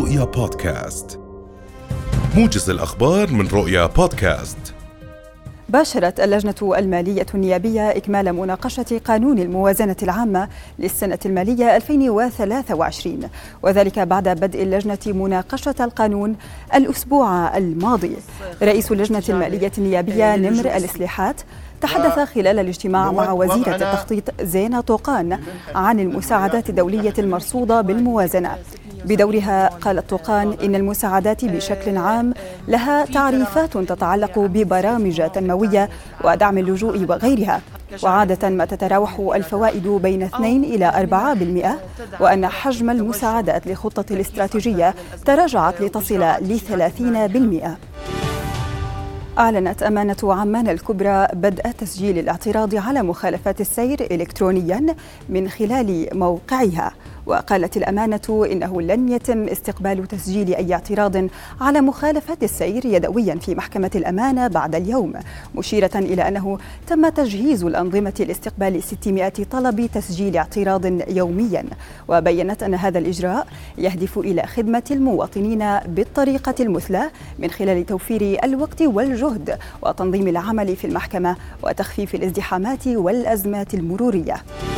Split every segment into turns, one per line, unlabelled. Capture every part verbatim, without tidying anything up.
رؤيا بودكاست، موجز الأخبار من رؤيا بودكاست.
باشرت اللجنة المالية النيابية إكمال مناقشة قانون الموازنة العامة للسنة المالية ألفين وثلاثة وعشرين، وذلك بعد بدء اللجنة مناقشة القانون الأسبوع الماضي. رئيس اللجنة المالية النيابية نمر الإصلاحات تحدث خلال الاجتماع مع وزيرة التخطيط زينة طوقان عن المساعدات الدولية المرصودة بالموازنة. بدورها قالت طوقان إن المساعدات بشكل عام لها تعريفات تتعلق ببرامج تنموية ودعم اللجوء وغيرها، وعادة ما تتراوح الفوائد بين اثنين إلى أربعة بالمئة، وأن حجم المساعدات لخطة الاستراتيجية تراجعت لتصل لثلاثين بالمئة. أعلنت أمانة عمان الكبرى بدء تسجيل الاعتراض على مخالفات السير إلكترونياً من خلال موقعها. وقالت الأمانة إنه لن يتم استقبال تسجيل أي اعتراض على مخالفات السير يدوياً في محكمة الأمانة بعد اليوم، مشيرة إلى أنه تم تجهيز الأنظمة لاستقبال ستمائة طلب تسجيل اعتراض يومياً. وبيّنت أن هذا الإجراء يهدف إلى خدمة المواطنين بالطريقة المثلى من خلال توفير الوقت والجهد وتنظيم العمل في المحكمة وتخفيف الازدحامات والأزمات المرورية.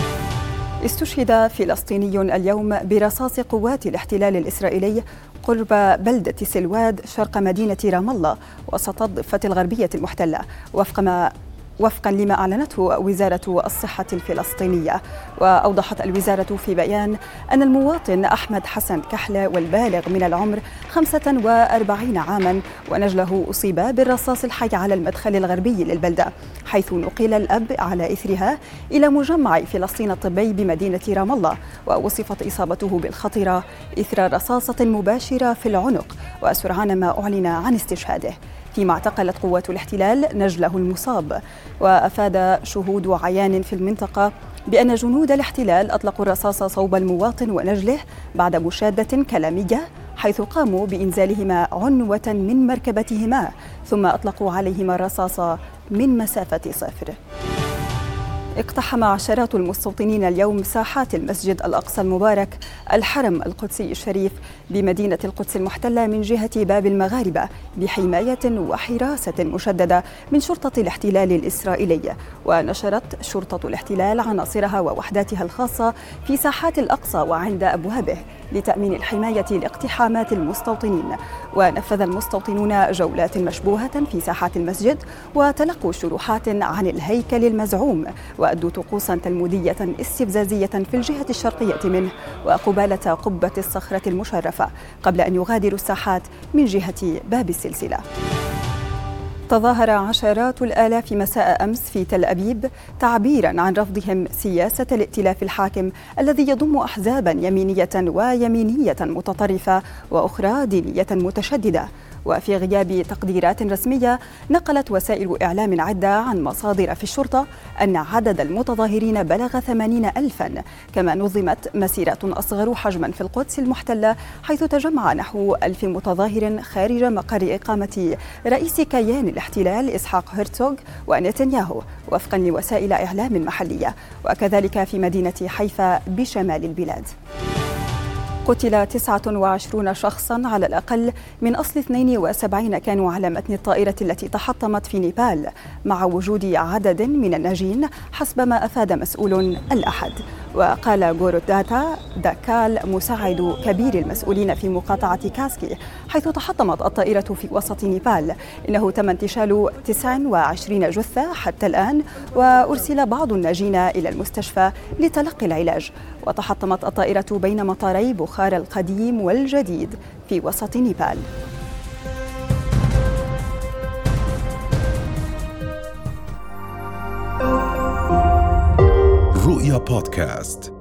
استشهد فلسطيني اليوم برصاص قوات الاحتلال الإسرائيلي قرب بلدة سلواد شرق مدينة رام الله وسط الضفة الغربية المحتلة، وفق ما وفقا لما أعلنته وزارة الصحة الفلسطينية. وأوضحت الوزارة في بيان أن المواطن أحمد حسن كحلة والبالغ من العمر خمسة وأربعين عاما ونجله أصيب بالرصاص الحي على المدخل الغربي للبلدة، حيث نقل الأب على إثرها إلى مجمع فلسطين الطبي بمدينة رام الله، ووصفت إصابته بالخطرة إثر رصاصة مباشرة في العنق، وسرعان ما أعلن عن استشهاده، فيما اعتقلت قوات الاحتلال نجله المصاب. وأفاد شهود عيان في المنطقة بأن جنود الاحتلال أطلقوا الرصاص صوب المواطن ونجله بعد مشادة كلامية، حيث قاموا بإنزالهما عنوة من مركبتهما ثم أطلقوا عليهما الرصاص من مسافة صفر. اقتحم عشرات المستوطنين اليوم ساحات المسجد الأقصى المبارك الحرم القدسي الشريف بمدينة القدس المحتلة من جهة باب المغاربة بحماية وحراسة مشددة من شرطة الاحتلال الإسرائيلي. ونشرت شرطة الاحتلال عناصرها ووحداتها الخاصة في ساحات الأقصى وعند أبوابه لتأمين الحماية لاقتحامات المستوطنين. ونفذ المستوطنون جولات مشبوهة في ساحات المسجد وتلقوا شروحات عن الهيكل المزعوم، وأدوا طقوسا تلمودية استفزازية في الجهة الشرقية منه وقبالة قبة الصخرة المشرفة، قبل أن يغادروا الساحات من جهة باب السلسلة. تظاهر عشرات الآلاف مساء أمس في تل أبيب تعبيراً عن رفضهم سياسة الائتلاف الحاكم الذي يضم أحزاباً يمينية ويمينية متطرفة وأخرى دينية متشددة. وفي غياب تقديرات رسمية، نقلت وسائل إعلام عدة عن مصادر في الشرطة أن عدد المتظاهرين بلغ ثمانين ألفاً. كما نظمت مسيرات أصغر حجماً في القدس المحتلة، حيث تجمع نحو ألف متظاهر خارج مقر إقامة رئيس كيان الاحتلال إسحاق هرتزوغ ونتنياهو، وفقاً لوسائل إعلام محلية، وكذلك في مدينة حيفا بشمال البلاد. قتل تسعة وعشرين شخصاً على الأقل من أصل اثنين وسبعين كانوا على متن الطائرة التي تحطمت في نيبال، مع وجود عدد من الناجين حسب ما أفاد مسؤول الأحد. وقال غوروداتا داكال مساعد كبير المسؤولين في مقاطعة كاسكي حيث تحطمت الطائرة في وسط نيبال إنه تم انتشال تسع وعشرين جثة حتى الآن، وأرسل بعض الناجين إلى المستشفى لتلقي العلاج. وتحطمت الطائرة بين مطاري بخارى القديم والجديد في وسط نيبال.
رؤيا بودكاست.